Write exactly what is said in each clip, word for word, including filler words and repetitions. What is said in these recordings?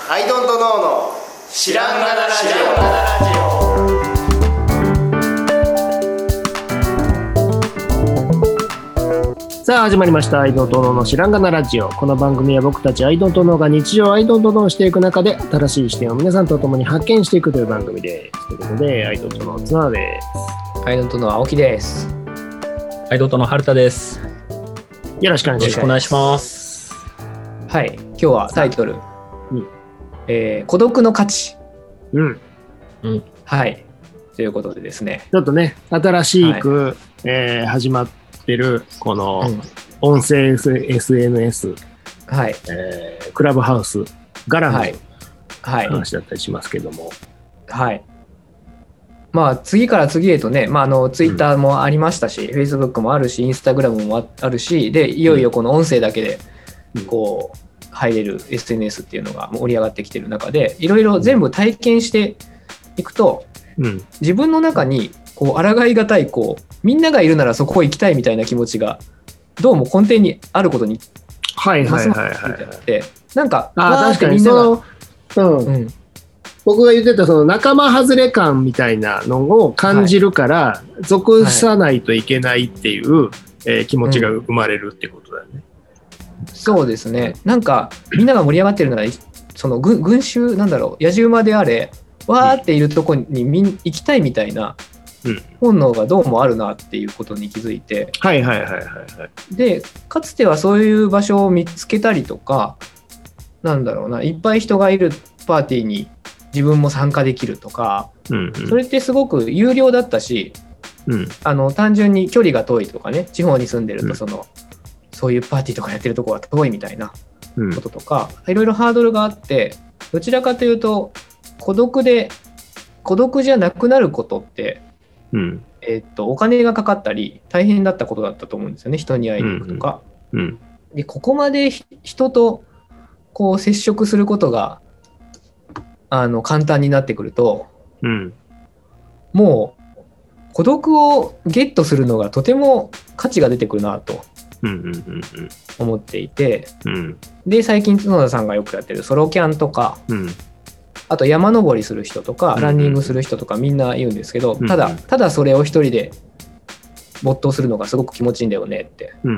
アイドントノーの知らんがなラジオ。 さあ始まりましたアイドントノーの知らんがなラジオ。この番組は僕たちアイドントノーが日常アイドントノーしていく中で新しい視点を皆さんと共に発見していくという番組です。ということでアイドントノー綱田です。 アイドントノー青木です。 アイドントノー春田です。 よろしくお願いします。 よろしくお願いします。 はい、今日はタイトル、 うんえー、孤独の価値。 うん、 うん、 はいということでですね、 ちょっとね新しく、はいえー、始まってるこの音声 エスエヌエス、 はいえー、クラブハウス絡みのはい話だったりしますけども、 はい、はい、まあ次から次へとね、まあ、あのツイッターもありましたし、うん、フェイスブックもあるし、インスタグラムもあるしで、いよいよこの音声だけでこう、うん入れる エスエヌエスっていうのが盛り上がってきてる中で、いろいろ全部体験していくと、うん、自分の中にこう抗いがたいこうみんながいるならそこ行きたいみたいな気持ちがどうも根底にあることにはいはいはいはいで、なんかあ確かにその、うんうん、僕が言ってたその仲間外れ感みたいなのを感じるから、はい、属さないといけないっていう、はいえー、気持ちが生まれるってことだよね。 そうですね。なんかみんなが盛り上がってるならその群衆なんだろう野じ馬であれわーっているとこにみん行きたいみたいな本能がどうもあるなっていうことに気づいて、 うん、はいはいはいはいはいでかつてはそういう場所を見つけたりとかなんだろうないっぱい人がいるパーティーに自分も参加できるとか、うんうん、それってすごく有料だったし、うん、あの単純に距離が遠いとかね地方に住んでるとその、うんそういうパーティーとかやってるところは遠いみたいなこととか、うん、いろいろハードルがあってどちらかというと孤独で孤独じゃなくなることって、うんえー、っとお金がかかったり大変だったことだったと思うんですよね。人に会いに行くとか、うんうん、でここまで人とこう接触することがあの簡単になってくると、うん、もう孤独をゲットするのがとても価値が出てくるなと思っていて、うん、で最近角田さんがよくやってるソロキャンとか、うん、あと山登りする人とか、うん、ランニングする人とかみんな言うんですけど、うん、ただただそれを一人で没頭するのがすごく気持ちいいんだよねって、うん、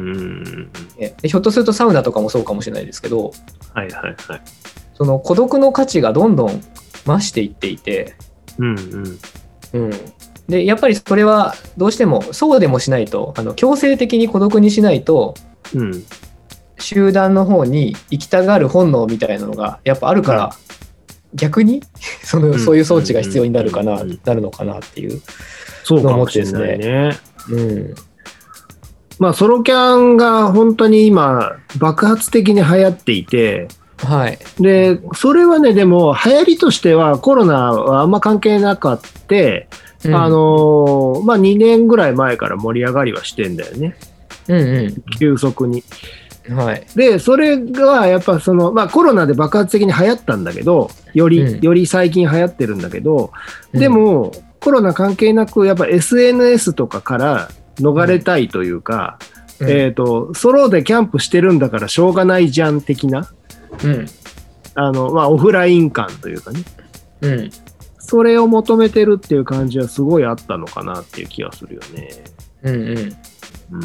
でひょっとするとサウナとかもそうかもしれないですけど、はいはいはい、その孤独の価値がどんどん増していっていて、うんうんうんでやっぱりそれはどうしてもそうでもしないとあの強制的に孤独にしないと、うん、集団の方に行きたがる本能みたいなのがやっぱあるから、うん、逆にその、うん、そういう装置が必要になるかな、うん、なるのかなっていうのを思ってですね。そうかもしれないね。うんまあソロキャンが本当に今爆発的に流行っていて、はい、でそれはねでも流行りとしてはコロナはあんま関係なかった。うん、あのー、まあにねんぐらい前から盛り上がりはしてんだよね。うんうん。急速に。はい。で、それがやっぱその、まあコロナで爆発的に流行ったんだけど、より、うん、より最近流行ってるんだけど、でも、うん、コロナ関係なくやっぱ エスエヌエス とかから逃れたいというか、うん、えっと、ソロでキャンプしてるんだからしょうがないじゃん的な、うん。あの、まあオフライン感というかね。うん。それを求めてるっていう感じはすごいあったのかなっていう気がするよね。うんうん。うん、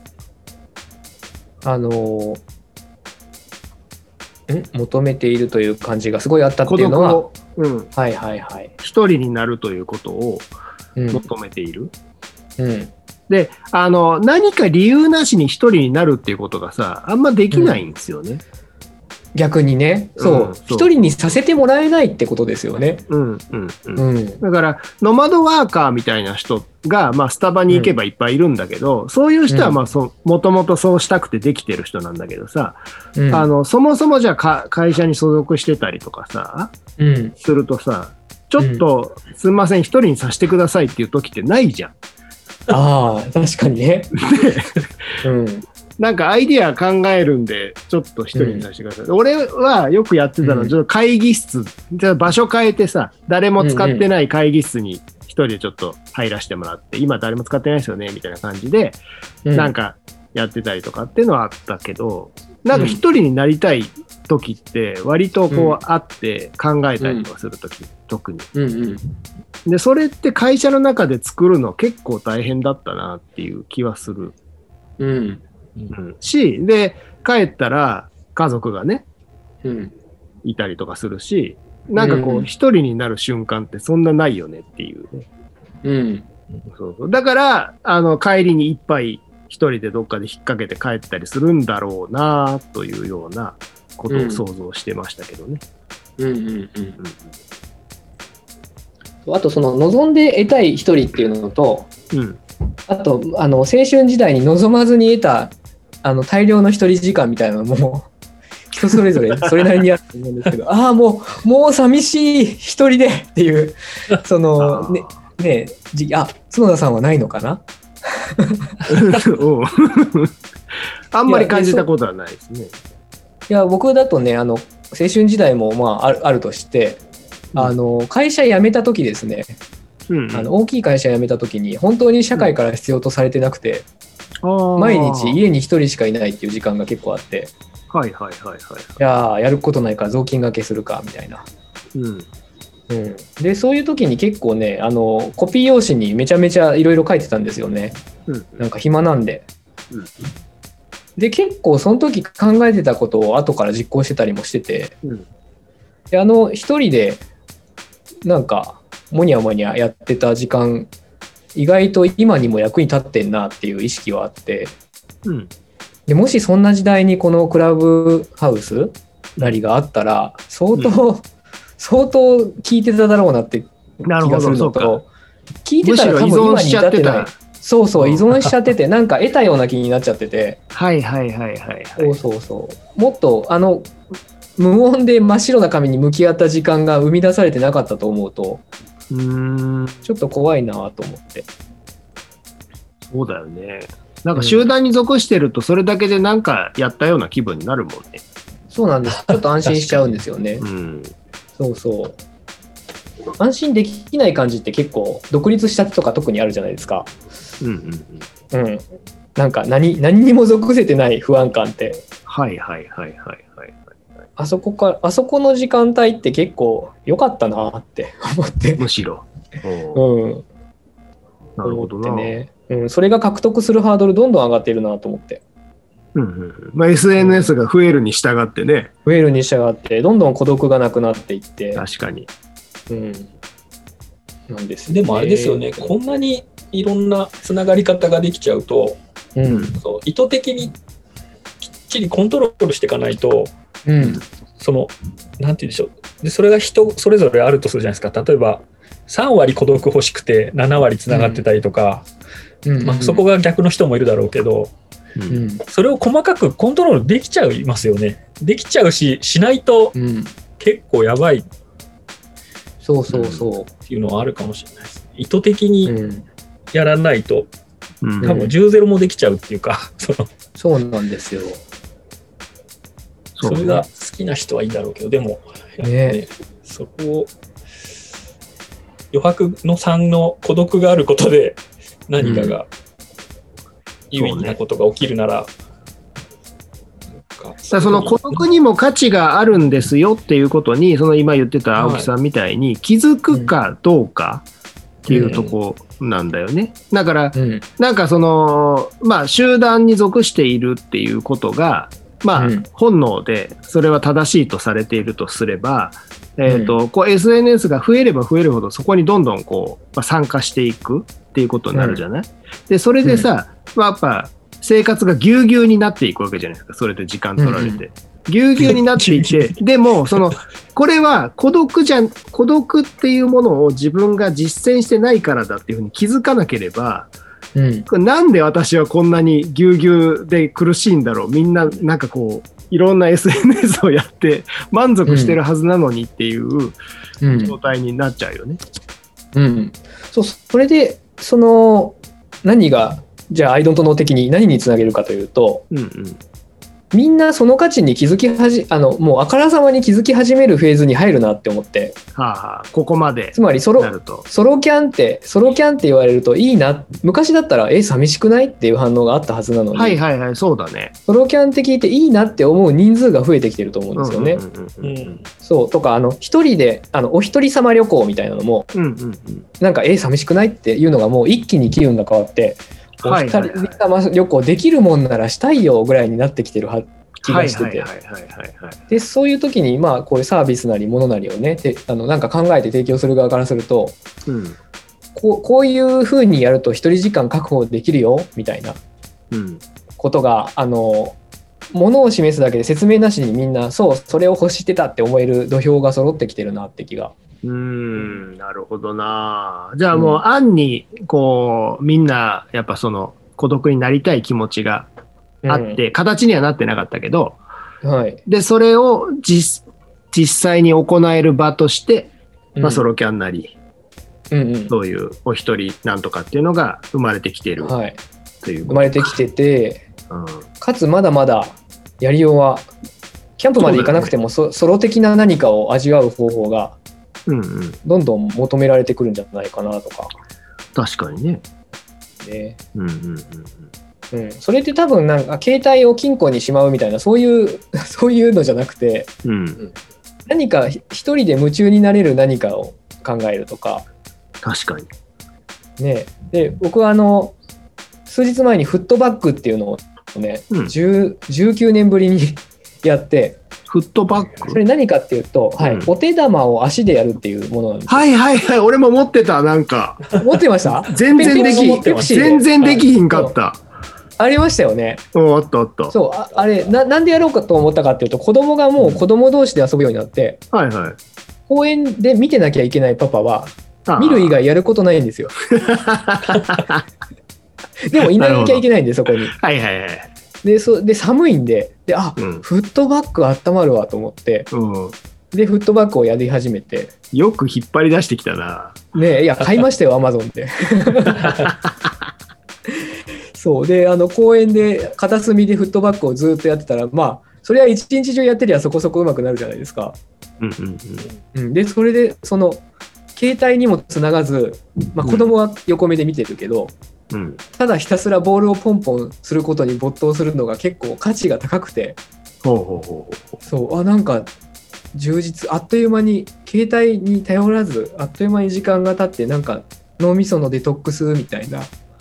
あのん求めているという感じがすごいあったっていうのは、うん、はいはいはい。 一人になるということを求めている。うん。うん、で、あの何か理由なしに一人になるっていうことがさ、あんまできないんですよね。うん逆にね、そう、うん、そう一人にさせてもらえないってことですよね。うんうんうん。うん、だからノマドワーカーみたいな人がまあスタバに行けばいっぱいいるんだけど、うん、そういう人はまあそもともとそうしたくてできてる人なんだけどさ、うん、あのそもそもじゃあか会社に所属してたりとかさ、うん、するとさ、ちょっと、うん、すみません一人にさせてくださいっていう時ってないじゃん。 ああ確かにね。 うんなんかアイディア考えるんでちょっと一人にさせてください、うん、俺はよくやってたのはちょっと会議室、じゃあ場所変えてさ誰も使ってない会議室に一人でちょっと入らせてもらって、今誰も使ってないですよねみたいな感じでなんかやってたりとかっていうのはあったけど、なんか一人になりたい時って割とこう、うん、あって考えたりとかする時、うん、特に、うんうん、でそれって会社の中で作るの結構大変だったなっていう気はする、うんうん、しで帰ったら家族がね、うん、いたりとかするしなんかこう一、うん、人になる瞬間ってそんなないよねっていうね、うん、そうそうだからあの帰りに一杯一人でどっかで引っ掛けて帰ったりするんだろうなというようなことを想像してましたけどね。うんうんうんうんうん、あとその望んで得たい一人っていうのと、うん、あとあの青春時代に望まずに得たあの大量の一人時間みたいなのも人それぞれそれなりにあると思うんですけどああもうもう寂しい一人でっていうそのねねあ角田さんはないのかなあんまり感じたことはないですね。 いや僕だとねあの青春時代もまあある、あるとして、うん、あの会社辞めた時ですね、うんうん、あの大きい会社辞めた時に本当に社会から必要とされてなくて、うん、毎日家に一人しかいないっていう時間が結構あってはいはいはいはい、いややることないから雑巾がけするかみたいな、うんうん、でそういう時に結構ねあのコピー用紙にめちゃめちゃいろいろ書いてたんですよね、うん、なんか暇なんで、うんで結構その時考えてたことを後から実行してたりもしてて、うん、であの一人でなんかモニャモニャやってた時間意外と今にも役に立ってんなっていう意識はあって、うん、でもしそんな時代にこのクラブハウスなりがあったら相当、うん、相当聞いてただろうなって気がするのと聞いてたら多分今に至ってないそうそう依存しちゃっててなんか得たような気になっちゃっててはいはいはいはい、はい、 そうそうそうもっとあの無音で真っ白な紙に向き合った時間が生み出されてなかったと思うとうーんちょっと怖いなと思ってそうだよねなんか集団に属してるとそれだけでなんかやったような気分になるもんね、うん、 そうなんですちょっと安心しちゃうんですよね、うん、そうそう安心できない感じって結構独立したてとか特にあるじゃないですかうんうんうん、うん、なんか 何, 何にも属せてない不安感ってはいはいはいはいはい、はい、 あそこかあそこの時間帯って結構良かったなって思ってむしろうんなるほどな思ってね、うん、それが獲得するハードルどんどん上がっているなと思ってうんうんまあ、エスエヌエス が増えるに従ってね、 増えるに従ってどんどん孤独がなくなっていって確かにうん、 なんですね、でもあれですよねこんなにいろんなつながり方ができちゃうと、うん、そう意図的にきっちりコントロールしていかないと、うん、そのなんて言うんでしょうでそれが人それぞれあるとするじゃないですか例えばさん割孤独欲しくてなな割つながってたりとか、うんまあ、そこが逆の人もいるだろうけど、うん、それを細かくコントロールできちゃいますよねできちゃうししないと結構やばい、うんそうそうそう、 うん、っていうのはあるかもしれないです。意図的にやらないと、うん、多分じゅうゼロもできちゃうっていうか、 うん、そのそうなんですよ。 それが好きな人はいいだろうけど、でも、ねね、そこを余白のさんの孤独があることで何かが有意義なことが起きるなら、 その孤独にも価値があるんですよっていうことにその今言ってた青木さんみたいに気づくかどうかっていうとこなんだよね。だからなんかそのまあ集団に属しているっていうことがまあ本能でそれは正しいとされているとすればえーとこう エスエヌエス が増えれば増えるほどそこにどんどんこう参加していくっていうことになるじゃない。でそれでさまあやっぱ生活がぎゅうぎゅうになっていくわけじゃないですかそれで時間取られて、うんうん、ぎゅうぎゅうになっていてでもそのこれは孤独じゃん孤独っていうものを自分が実践してないからだっていうふうに気づかなければ、うん、これなんで私はこんなにぎゅうぎゅうで苦しいんだろうみんななんかこういろんな エスエヌエス をやって満足してるはずなのにっていう状態になっちゃうよね、 うんうん、そうそれでその何がじゃあアイドントノー的に何につなげるかというと、うんうん、 みんなその価値に気づきはじあのもうあからさまに気づき始めるフェーズに入るなって思って、 はあはあ、ここまでつまりソロソロキャンってソロキャンって言われるといいな、昔だったらえ寂しくないっていう反応があったはずなのに、 はいはいはい、そうだね、 ソロキャンって聞いていいなって思う人数が増えてきてると思うんですよね。そうとかあの一人であのお一人様旅行みたいなのも、うんうんうん、なんかえ寂しくないっていうのがもう一気に機運が変わって、お二人様旅行できるもんならしたいよぐらいになってきてるは気がしてて、でそういう時にまあこういうサービスなりものなりをねであのなんか考えて提供する側からすると、うん、こう、こういう風にやると一人時間確保できるよみたいなことが、あのものを示すだけで説明なしにみんなそうそれを欲してたって思える土俵が揃ってきてるなって気が。 うーん、なるほどな。じゃあもう暗にこうみんなやっぱその孤独になりたい気持ちがあって、うん、形にはなってなかったけど、はい、でそれを 実, 実際に行える場として、まあ、ソロキャンなり、うんうん、そういうお一人なんとかっていうのが生まれてきている、はい、という生まれてきてて、うん、かつまだまだやりようはキャンプまで行かなくても そ、ね、ソロ的な何かを味わう方法がうんうん、どんどん求められてくるんじゃないかなとか。 確かにね。 ね、うんうんうんうん、それって多分なんか携帯を金庫にしまうみたいなそういうそういうのじゃなくて、うん、何か一人で夢中になれる何かを考えるとか。 確かに。 ね、で僕はあの数日前にフットバックっていうのをね、うん、じゅう、じゅうきゅうねんぶりにやって。 フットバック？ それ何かっていうと、はい、うん、お手玉を足でやるっていうものなんです。 はいはいはい、俺も持ってた、なんか。 持ってました？ 全然でき、全然できひんかった。 ありましたよね。 うん、あったあった。 そう、あ、あれな、なんでやろうかと思ったかっていうと、子供がもう子供同士で遊ぶようになって、うん、はいはい。公園で見てなきゃいけないパパは、見る以外やることないんですよ。でもいなきゃいけないんで、そこに。はいはいはい。で, そで寒いんで、であ、うん、フットバッグ温まるわと思って、うん、でフットバッグをやり始めて、 よく引っ張り出してきたな。 ね、いや買いましたよアマゾンで。そうであの公園で片隅でフットバッグをずっとやってたら、まあそれは一日中やってりゃそこそこうまくなるじゃないですか。うんうんうんうん、でそれでその携帯にもつながず、まあ、子供は横目で見てるけど、うん、ただひたすらボールをポンポンすることに没頭するのが結構価値が高くて、ほうほうほうほう、そうあなんか充実、あっという間に携帯に頼らずあっという間に時間が経ってなんか脳みそのデトックスみたいな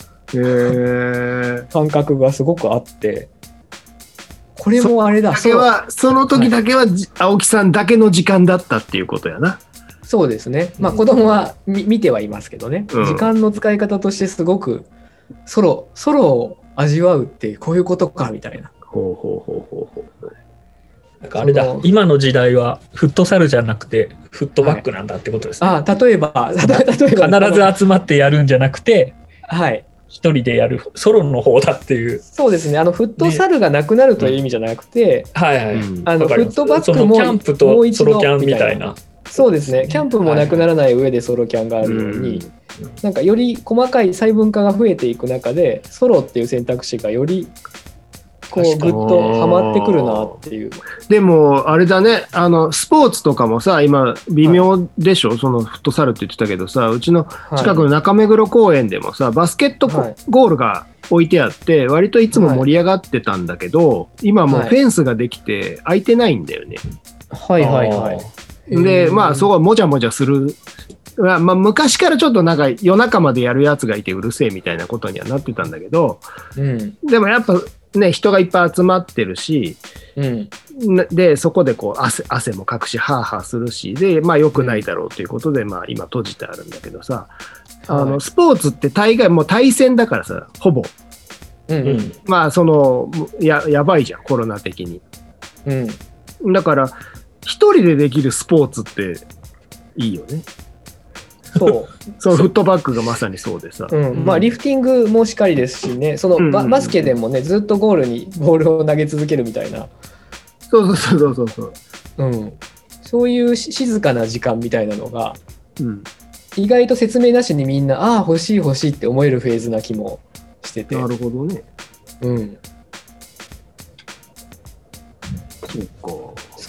感覚がすごくあって、これもあれだ、 そ, はその時だけは、はい、青木さんだけの時間だったっていうことやな。 そうですね、まあ、子供は見てはいますけどね、うん、時間の使い方としてすごくソロソロを味わうってこういうことかみたいな。ほうほうほうほうほう。 なんかあれだ、今の時代はフットサルじゃなくてフットバックなんだってことですね。 はい、あ例えば例えば必ず集まってやるんじゃなくて、 はい、 一人でやるソロの方だっていう。 そうですね、あのフットサルがなくなるという意味じゃなくて、ね、はいはい、あのフットバックもキャンプとソロキャンみたいな。 そうですね、キャンプもなくならない上でソロキャンがあるように、はい、なんかより細かい細分化が増えていく中でソロっていう選択肢がよりこうグッとはまってくるなっていう。 でもあれだね、あのスポーツとかもさ今微妙でしょ、はい、そのフットサルって言ってたけどさ、うちの近くの中目黒公園でもさバスケットゴールが置いてあって割といつも盛り上がってたんだけど、はい、今もうフェンスができて空いてないんだよね。 はいはいはい。 でまあそこはもじゃもじゃする、まあ、昔からちょっとなんか夜中までやるやつがいてうるせえみたいなことにはなってたんだけど、うん、でもやっぱね人がいっぱい集まってるし、うん、でそこでこう 汗, 汗もかくしハーハーするしでまあ良くないだろうということで、まあ今閉じてあるんだけどさ、あのスポーツって大概もう対戦だからさほぼ、うんうん、まあその や, やばいじゃんコロナ的に、うん、だから一人でできるスポーツっていいよね。そうそうフットバックがまさにそうでさ、 うんまあ、リフティングもしっかりですしね、その、うんうんうん、バスケでもねずっとゴールにボールを投げ続けるみたいな、 そうそうそうそうそう、 うん、そういう静かな時間みたいなのが、うん、意外と説明なしにみんなああ欲しい欲しいって思えるフェーズな気もしてて。 なるほどね。 うん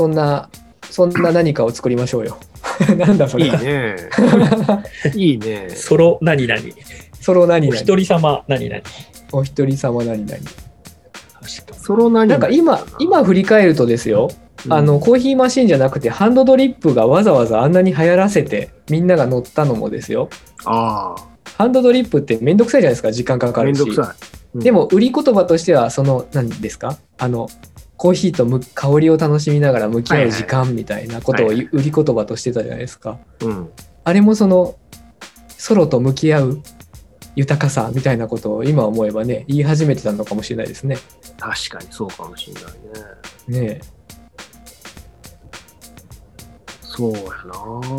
そんなそんな何かを作りましょうよ。なんだそれ。 いいね。いいね。 ソロ何々。 ソロ何々。 お一人様何々。 お一人様何々。 ソロ何々。 なんか今今振り返るとですよ。あのコーヒーマシンじゃなくてハンドドリップがわざわざあんなに流行らせてみんなが乗ったのもですよ。 ああ。 ハンドドリップってめんどくさいじゃないですか、時間かかるし。めんどくさい。うん、でも売り言葉としてはその何ですか、あのコーヒーとむ香りを楽しみながら向き合う時間みたいなことを売り言葉としてたじゃないですか。 うん、 あれもそのソロと向き合う豊かさみたいなことを今思えばね言い始めてたのかもしれないですね。 確かにそうかもしれないね。 ねえ。 そうやな。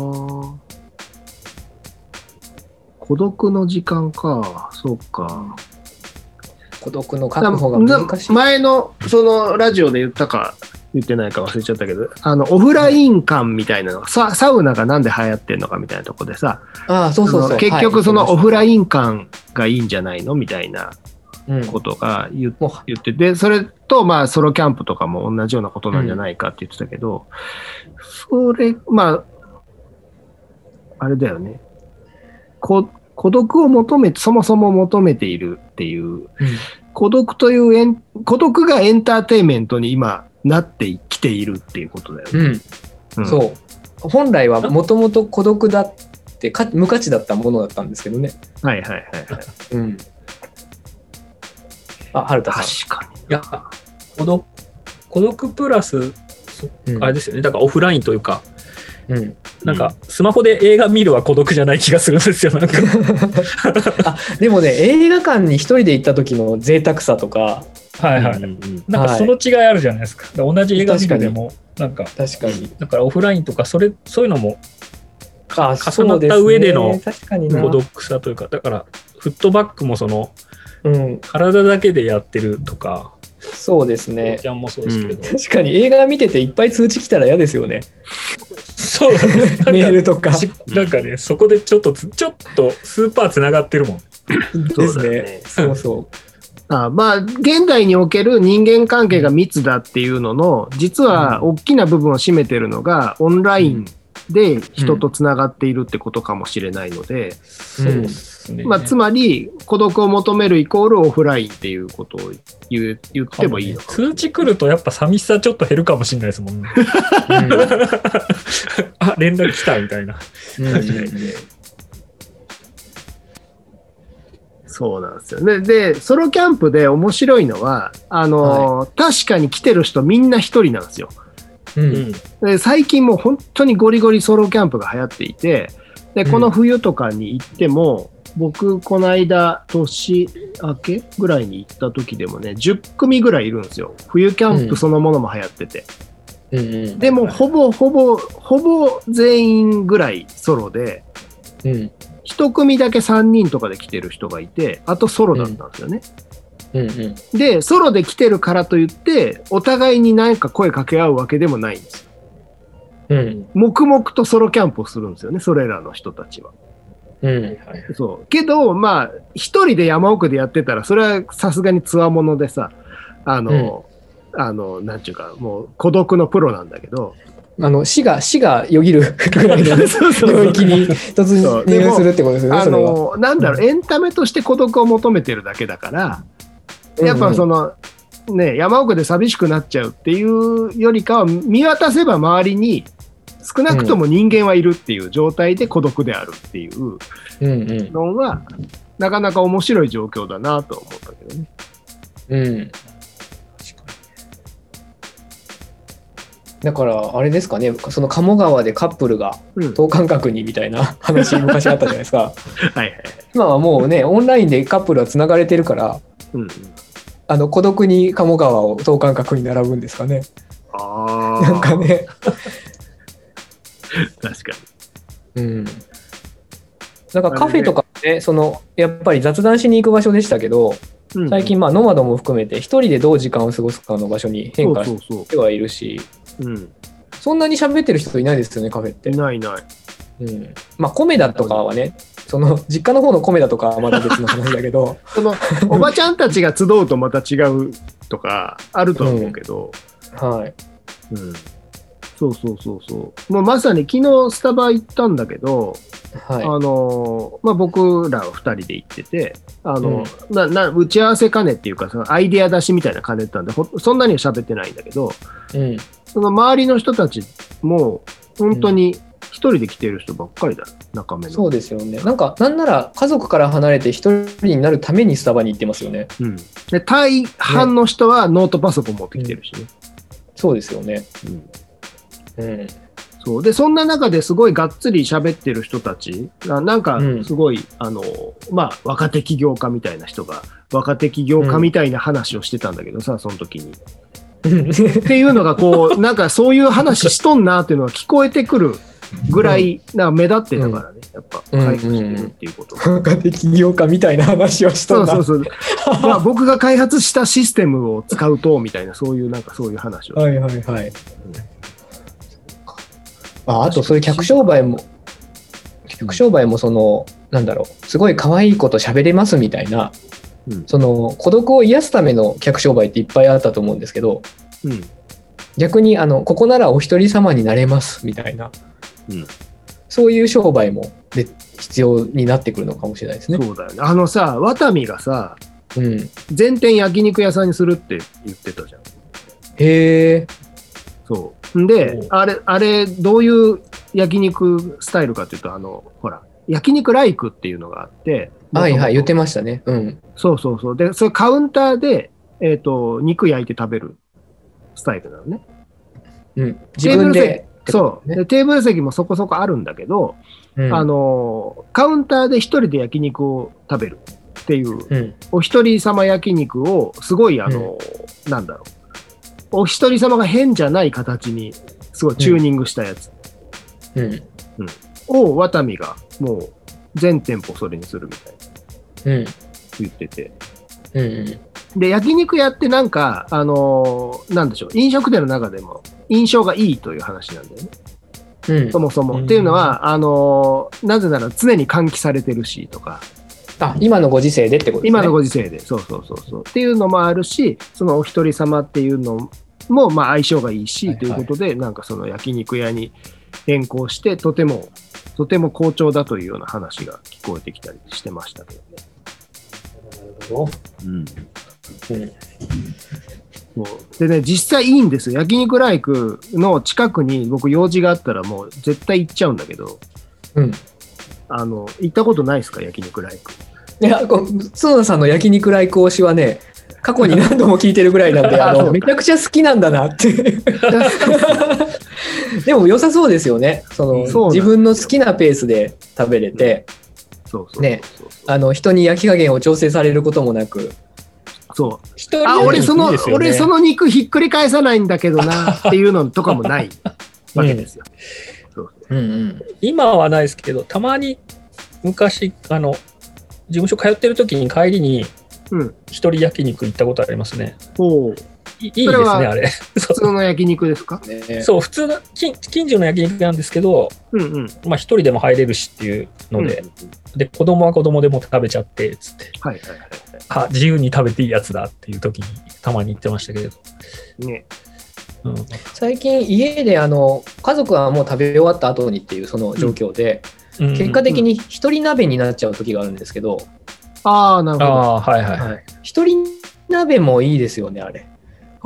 孤独の時間か。そうか。 孤独の確保が難しい。 前のそのラジオで言ったか言ってないか忘れちゃったけど、あのオフライン感みたいなのが、サ, サウナがなんで流行ってんのかみたいなとこでさ、 ああそうそうそう、 結局そのオフライン感がいいんじゃないのみたいなことが 言,、うん、言ってて、それとまあソロキャンプとかも同じようなことなんじゃないかって言ってたけど、うん、それまああれだよね。こ孤独を求めて、そもそも求めているっていう、うん、孤独というエン、孤独がエンターテインメントに今なってきているっていうことだよね。 うんうん、そう。本来はもともと孤独だってか無価値だったものだったんですけどね。 はいはいはいはい。 うん。あ、春田さん。 確かに。いや、孤独、孤独プラス、うん、あれですよね。だからオフラインというか、うん、なんかスマホで映画見るは孤独じゃない気がするんですよ。なんかあでもね、映画館に一人で行った時の贅沢さとか、 はいはい、うん、なんかその違いあるじゃないですか。同じ映画見るでもなんか確かにだからオフラインとかそれそういうのもあ重なった上での孤独さというか、だからフットバックもその、うん、体だけでやってるとか。 そうですね。 ちゃんもそうですけど、 うん、確かに映画見てていっぱい通知来たら嫌ですよね。 そうだね。 メールとかなんかね、そこでちょっとちょっとスーパーつながってるもん。 ですね。そうそう。 あまあ現代における人間関係が密だっていうのの実は大きな部分を占めてるのがオンラインで人とつながっているってことかもしれないので、 うんうんね、 まあ、つまり孤独を求めるイコールオフラインっていうことを 言, 言ってもいいのか、 ね、通知来るとやっぱ寂しさちょっと減るかもしれないですもんね。うん、あ連絡来たみたいな。うん、 そうなんですよね。でソロキャンプで面白いのはあの、はい、確かに来てる人みんな一人なんですよ。うん、で最近もう本当にゴリゴリソロキャンプが流行っていて、でこの冬とかに行っても、うん、僕この間年明けぐらいに行った時でもねじゅっくみぐらいいるんですよ。冬キャンプそのものも流行ってて、うんうん、でもほぼほぼほぼ全員ぐらいソロで、うん、ひと組だけさんにんとかで来てる人がいて、あとソロだったんですよね。うんうん、でソロで来てるからといってお互いに何か声かけ合うわけでもないんですよ。うん、黙々とソロキャンプをするんですよね、それらの人たちは。うん、そうけどまあ一人で山奥でやってたらそれはさすがにつわものでさ、あの、うん、あのなんていうかもう孤独のプロなんだけど、 あの死が死がよぎるぐらいの領域に突入するってことですよね。 あのなんだろう、うん、エンタメとして孤独を求めてるだけだから、やっぱその、うんうん、ね、山奥で寂しくなっちゃうっていうよりかは見渡せば周りに少なくとも人間はいるっていう状態で孤独であるっていうのが、うんうん、なかなか面白い状況だなと思ったけどね。うん。 だからあれですかね、その鴨川でカップルが等間隔にみたいな話昔あったじゃないですか。はいはい、今はもうねオンラインでカップルはつながれてるから、うん、あの孤独に鴨川を等間隔に並ぶんですかね。あなんかね確かに。うん。なんかカフェとかね、そのやっぱり雑談しに行く場所でしたけど、うん、最近まあノマドも含めて一人でどう時間を過ごすかの場所に変化してはいるし、そうそうそう、うん、そんなに喋ってる人いないですよね、カフェって。 いないいない。 うん、まあコメダとかはね、その実家の方のコメダとかはまた別の話だけどそのおばちゃんたちが集うとまた違うとかあると思うけど、 うん、はい、 うん、 そうそうそうそう。もうまさに昨日スタバ行ったんだけど、はい、あのまあ、僕らはふたりで行ってて、あの、うん、なな打ち合わせ兼ねっていうか、そのアイデア出しみたいな兼ねてたんで、そんなには喋ってないんだけど、うん、その周りの人たちも本当に一人で来てる人ばっかりだ、中目の。 そうですよね。なんかなんなら家族から離れて一人になるためにスタバに行ってますよね。 うん、で大半の人はノートパソコン持ってきてるしね。うん、 そうですよね。 うんうん、そうでそんな中ですごいがっつり喋ってる人たちなんかすごい、うん、あのまあ若手起業家みたいな人が若手起業家みたいな話をしてたんだけどさ、うん、その時にっていうのがこうなんかそういう話しとんなっていうのが聞こえてくるぐらいなんか目立ってたからね、やっぱ開発してるっていうことが、 若手起業家みたいな話をしとんな。 そうそうそうまあ僕が開発したシステムを使うとみたいなそういうなんかそういう話を。 はいはいはい。うん、あ, あとそういう客商売も客商売もそのなんだろうすごい可愛いこと喋れますみたいな、うん、その孤独を癒すための客商売っていっぱいあったと思うんですけど、うん、逆にあのここならお一人様になれますみたいな、うん、そういう商売もで必要になってくるのかもしれないですね。 そうだよね。あのさワタミがさ、うん、全店焼肉屋さんにするって言ってたじゃん。 へえ。 そうであれあれどういう焼肉スタイルかというとあのほら焼肉ライクっていうのがあってはいはい言ってましたね。うん。 そうそうそうでそれカウンターでえっと肉焼いて食べるスタイルなのね。 うん。自分で。 そうでテーブル席もそこそこあるんだけど、うん、あのカウンターで一人で焼肉を食べるっていう、うん、お一人様焼肉をすごいあの、うん、なんだろうお一人様が変じゃない形にすごいチューニングしたやつ、うんうん、をワタミがもう全店舗それにするみたいな、うん、言ってて、うんうん、で焼肉屋ってなんかあのー、なんでしょう飲食店の中でも印象がいいという話なんだよね、うん、そもそも、うん、っていうのはあのー、なぜなら常に換気されてるしとかあ今のご時世でってことですね。 今のご時世でそうそうそうそうっていうのもあるしそのお一人様っていうのもまあ相性がいいし、はいはい、ということでなんかその焼肉屋に変更してとてもとても好調だというような話が聞こえてきたりしてましたけどね。 なるほど。うん。うんでね、実際いいんですよ。焼肉ライクの近くに僕用事があったらもう絶対行っちゃうんだけど、うん、あの行ったことないですか焼肉ライク。 いや角田さんの焼肉ライク推しはね過去に何度も聞いてるぐらいなんであのめちゃくちゃ好きなんだなってでも良さそうですよね。そのそう自分の好きなペースで食べれて、そうそうねあの人に焼き加減を調整されることもなく。 そう。あ、俺その、ね、俺その肉ひっくり返さないんだけどなっていうのとかもないわけですよ。 そううんうん、今はないですけど、たまに昔あの事務所通ってる時に帰りに一人焼肉行ったことありますね。 おい, いいですねあれ。 普通の焼肉ですか？ そう普通の近所の焼肉なんですけど、うんうん、まあ一人でも入れるしっていうので、うん、で子供は子供でも食べちゃってつって。はいはいはい。あ自由に食べていいやつだっていう時にたまに言ってましたけれど、ねうん、最近家であの家族はもう食べ終わった後にっていうその状況で、うん、結果的に一人鍋になっちゃう時があるんですけど、うん、 ああなるほどあ、 はいはいはい、一人鍋もいいですよねあれ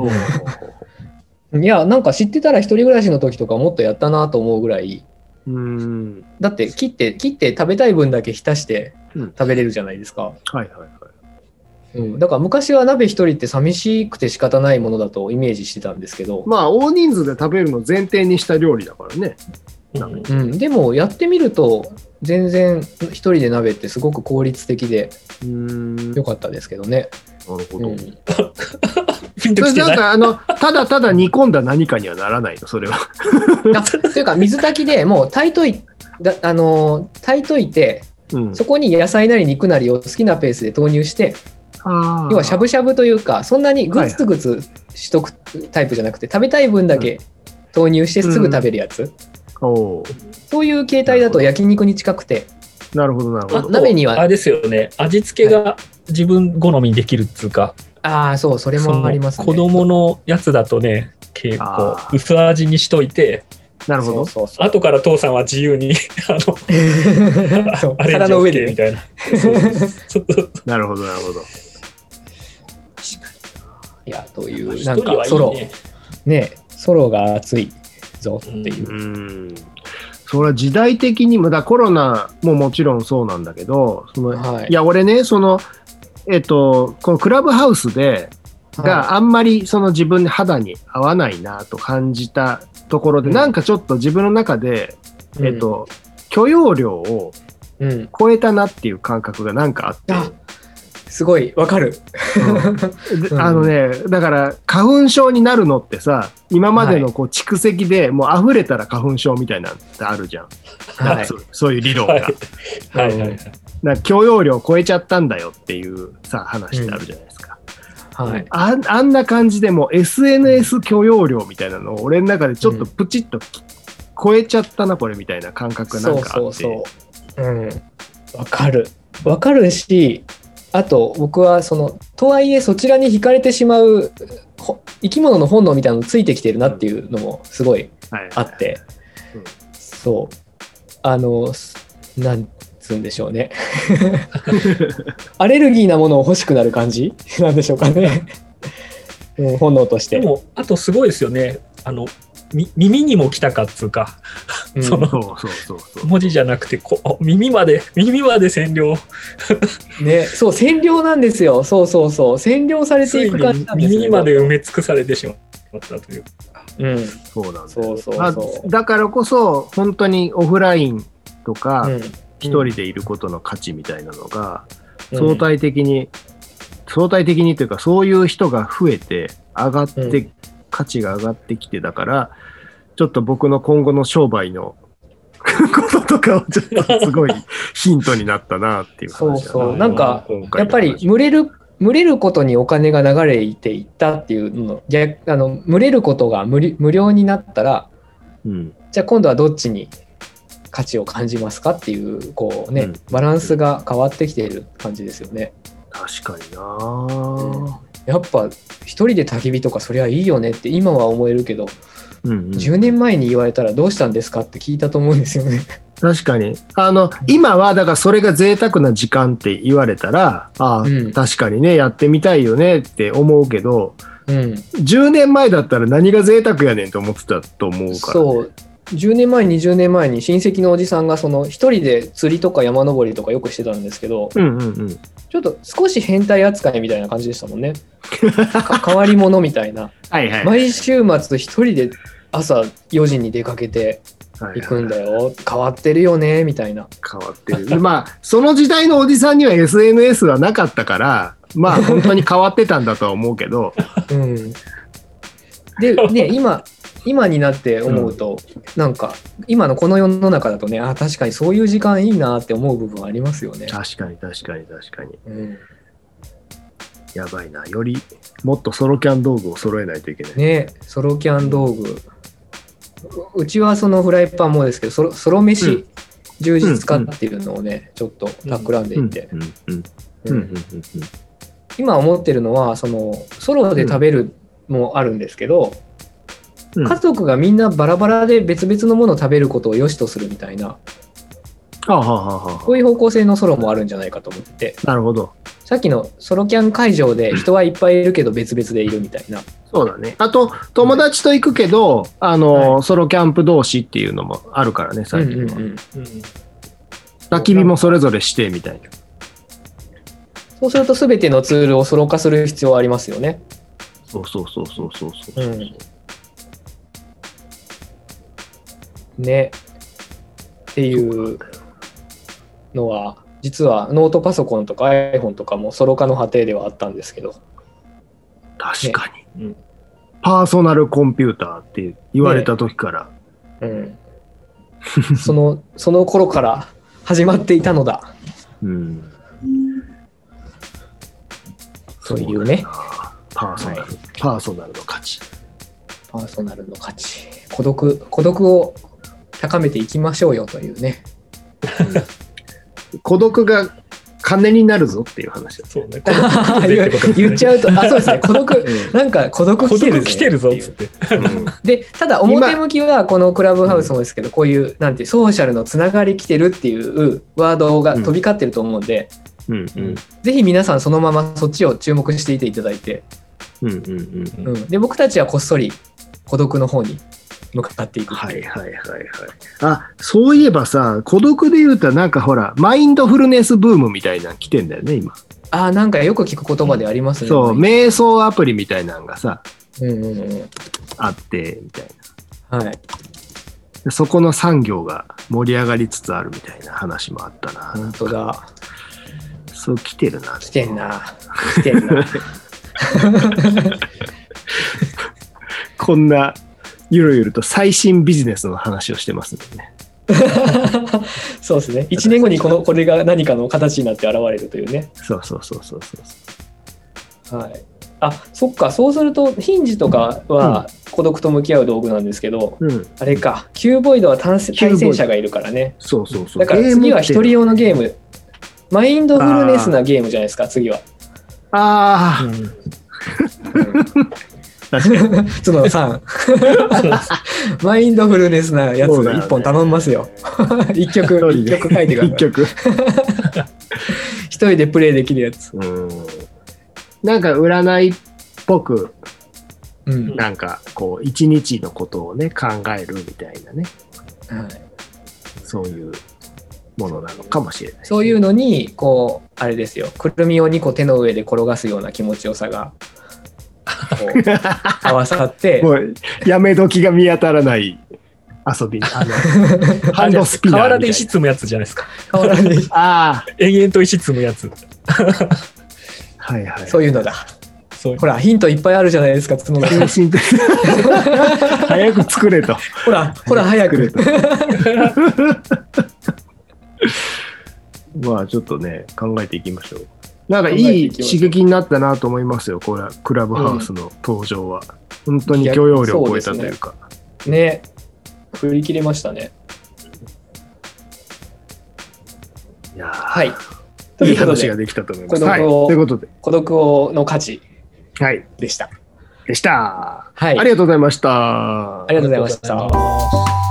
いやなんか知ってたら一人暮らしの時とかもっとやったなと思うぐらいうんだって切って切って食べたい分だけ浸して食べれるじゃないですか、うん、はいはいはいうん、だから昔は鍋一人って寂しくて仕方ないものだとイメージしてたんですけどまあ大人数で食べるのを前提にした料理だからね、 うんうん、でもやってみると全然一人で鍋ってすごく効率的で良かったですけどね。なるほど、うん、 それなんかあのただただ煮込んだ何かにはならないのそれはというか水炊きでもう炊いといだあの炊いといて、うん、そこに野菜なり肉なりを好きなペースで投入して要はしゃぶしゃぶというかそんなにグツグツしとくタイプじゃなくて、はい、食べたい分だけ投入してすぐ食べるやつ、うん、おそういう形態だと焼肉に近くてなるほどなるほど鍋にはあれですよね味付けが自分好みにできるっていうか、 はい、ああそうそれもありますね。 子供のやつだとね結構薄味にしといて、 なるほど。 そうそうそう、 後から父さんは自由にあのアレンジを受けみたいな。 なるほどなるほど。 いやというなんかソロねソロが熱いぞっていう。 うん、それは時代的にもだコロナももちろんそうなんだけど、その、はい、いや俺ねそのえっとこのクラブハウスでがあんまりその自分の肌に合わないなと感じたところで、うん、なんかちょっと自分の中で、うん、えっと許容量を超えたなっていう感覚がなんかあって。うんすごいわかる、 うん、あのねだから花粉症になるのってさ今までのこう蓄積でもう溢れたら花粉症みたいなのってあるじゃん、はい、そ, そういう理論が、はいはいはい、なんか許容量を超えちゃったんだよっていうさ話ってあるじゃないですか、うんはい、あ, あんな感じでも エスエヌエス 許容量みたいなのを俺の中でちょっとプチッと超えちゃったなこれみたいな感覚がなんかあって、 そうそうそう、うん、わかるわかるし、あと僕はそのとはいえそちらに惹かれてしまう生き物の本能みたいなのついてきてるなっていうのもすごいあって、うん、そうあのなんつうんでしょうねアレルギーなものを欲しくなる感じなんでしょうかねうん、本能として。 でもあとすごいですよね、あの耳にも来たかっつうか、うん、その文字じゃなくてこ耳まで耳まで占領ね、そう占領なんですよ。そうそうそう占領されていく感じなんですよ、ね、 耳まで埋め尽くされてしまったというか、 うん、そうなんです。そうそうそう。だからこそ本当にオフラインとか一、うん、人でいることの価値みたいなのが相対的に、うん、相対的にというかそういう人が増えて上がって、うん価値が上がってきて、だからちょっと僕の今後の商売のこととかをちょっとすごいヒントになったなっていう話だな。 そうそうなんかやっぱり群れる群れることにお金が流れていったっていうの逆あの群れることが 無, 無料になったら、うん、じゃあ今度はどっちに価値を感じますかっていうこうね、うん、バランスが変わってきている感じですよね。 確かにな、 うん、やっぱ一人で焚き火とかそりゃいいよねって今は思えるけど、うんうん、じゅうねんまえに言われたらどうしたんですかって聞いたと思うんですよね。 確かにあの今はだからそれが贅沢な時間って言われたらあ、うん、確かにねやってみたいよねって思うけど、うん、じゅうねんまえだったら何が贅沢やねんと思ってたと思うから、ね、 そうじゅうねんまえにじゅうねんまえに親戚のおじさんがその一人で釣りとか山登りとかよくしてたんですけど、うんうんうん、ちょっと少し変態扱いみたいな感じでしたもんね変わり者みたいなはいはい、はい、毎週末一人で朝よじに出かけて行くんだよ、はいはいはい、変わってるよねみたいな。 変わってるまあその時代のおじさんには エスエヌエス はなかったからまあ本当に変わってたんだとは思うけど、うん、 でね今今になって思うと、うん、なんか今のこの世の中だとねあ確かにそういう時間いいなって思う部分ありますよね。 確かに確かに確かに、うん、やばいな、よりもっとソロキャン道具を揃えないといけないね。ソロキャン道具、うちはそのフライパンもですけどソロ、ソロ飯充実化っていうのをね、うん、ちょっと企んでいて今思ってるのはそのソロで食べるもあるんですけど、うん、家族がみんなバラバラで別々のものを食べることを良しとするみたいな、 あはははそういう方向性のソロもあるんじゃないかと思ってて。 なるほど。 さっきのソロキャン会場で人はいっぱいいるけど別々でいるみたいな。 そうだね。あと友達と行くけど、あの、はい、ソロキャンプ同士っていうのもあるからね最近は。うんうんうん、焚き火もそれぞれしてみたいな。 そうすると全てのツールをソロ化する必要はありますよね。 そうそうそうそうそうそう、うん、 ねっていうのは実はノートパソコンとか iPhone とかもソロ化の過程ではあったんですけど、 確かに、ね、パーソナルコンピューターって言われた時から、ねうん、そのその頃から始まっていたのだ、うん、というねパーソナル、はい、パーソナルの価値パーソナルの価値孤独孤独を高めていきましょうよというね、 うん、孤独が金になるぞっていう話だ。 そうね。 言っちゃうと、あ、そうですね。孤独、うん、なんか孤独来てるぞ、 ね。孤独来てるぞっつって。 で、ただ表向きはこのクラブハウスもですけど、こういうなんてソーシャルのつながり来てるっていうワードが飛び交ってると思うんで、うんうん、ぜひ皆さんそのままそっちを注目していていただいて、うんうんうんうん、で僕たちはこっそり孤独の方に向かっていく。 はいはいはいはい。あ、そういえばさ、孤独で言うとなんかほらマインドフルネスブームみたいなの来てんだよね今。 あ、なんかよく聞く言葉でありますね。 そう、瞑想アプリみたいなのがさ、うんうんうん、あってみたいな。はい。そこの産業が盛り上がりつつあるみたいな話もあったな。 本当だ。 そう来てるな。 来てんな。来てんな。 こんなゆるゆると最新ビジネスの話をしてますんでね。 そうですね。いちねんごにこのこれが何かの形になって現れるというね。 そうそうそうそうそう。はい。あ、そっか。そうするとヒンジとかは孤独と向き合う道具なんですけど、うん、あれか。キューボイドは対戦者がいるからね。 そうそうそう。 だから次は一人用のゲーム。マインドフルネスなゲームじゃないですか、次は。 ああ。うんうん、 確かに。角田さん。マインドフルネスなやつ一本頼みますよ。一曲、一曲書いてください。一曲。一人でプレイできるやつ。うん、 なんか占いっぽく、うん、なんかこう一日のことをね考えるみたいなね。はい、そういう。ものなのかもしれない。 そういうのにこうあれですよ、くるみをにこ手の上で転がすような気持ちよさがこう合わさってもうやめ時が見当たらない遊び、あのハンドスピナーみたいな。 河原で石積むやつじゃないですか。 河原でああ延々と石積むやつ。 はいはい。 そういうのだ。そうほらヒントいっぱいあるじゃないですか。角田さん早く作れと。 ほらほら早く。 まあちょっとね考えていきましょう。なんかいい刺激になったなと思いますよ。これはクラブハウスの登場は、うん、本当に許容量を超えたというか。 ね、ね、振り切れましたね。 いやはい。 いい話ができたと思います。 孤独を、 はい、ということで孤独をの価値でした。 はい、でした。 はい。 ありがとうございました。 ありがとうございました。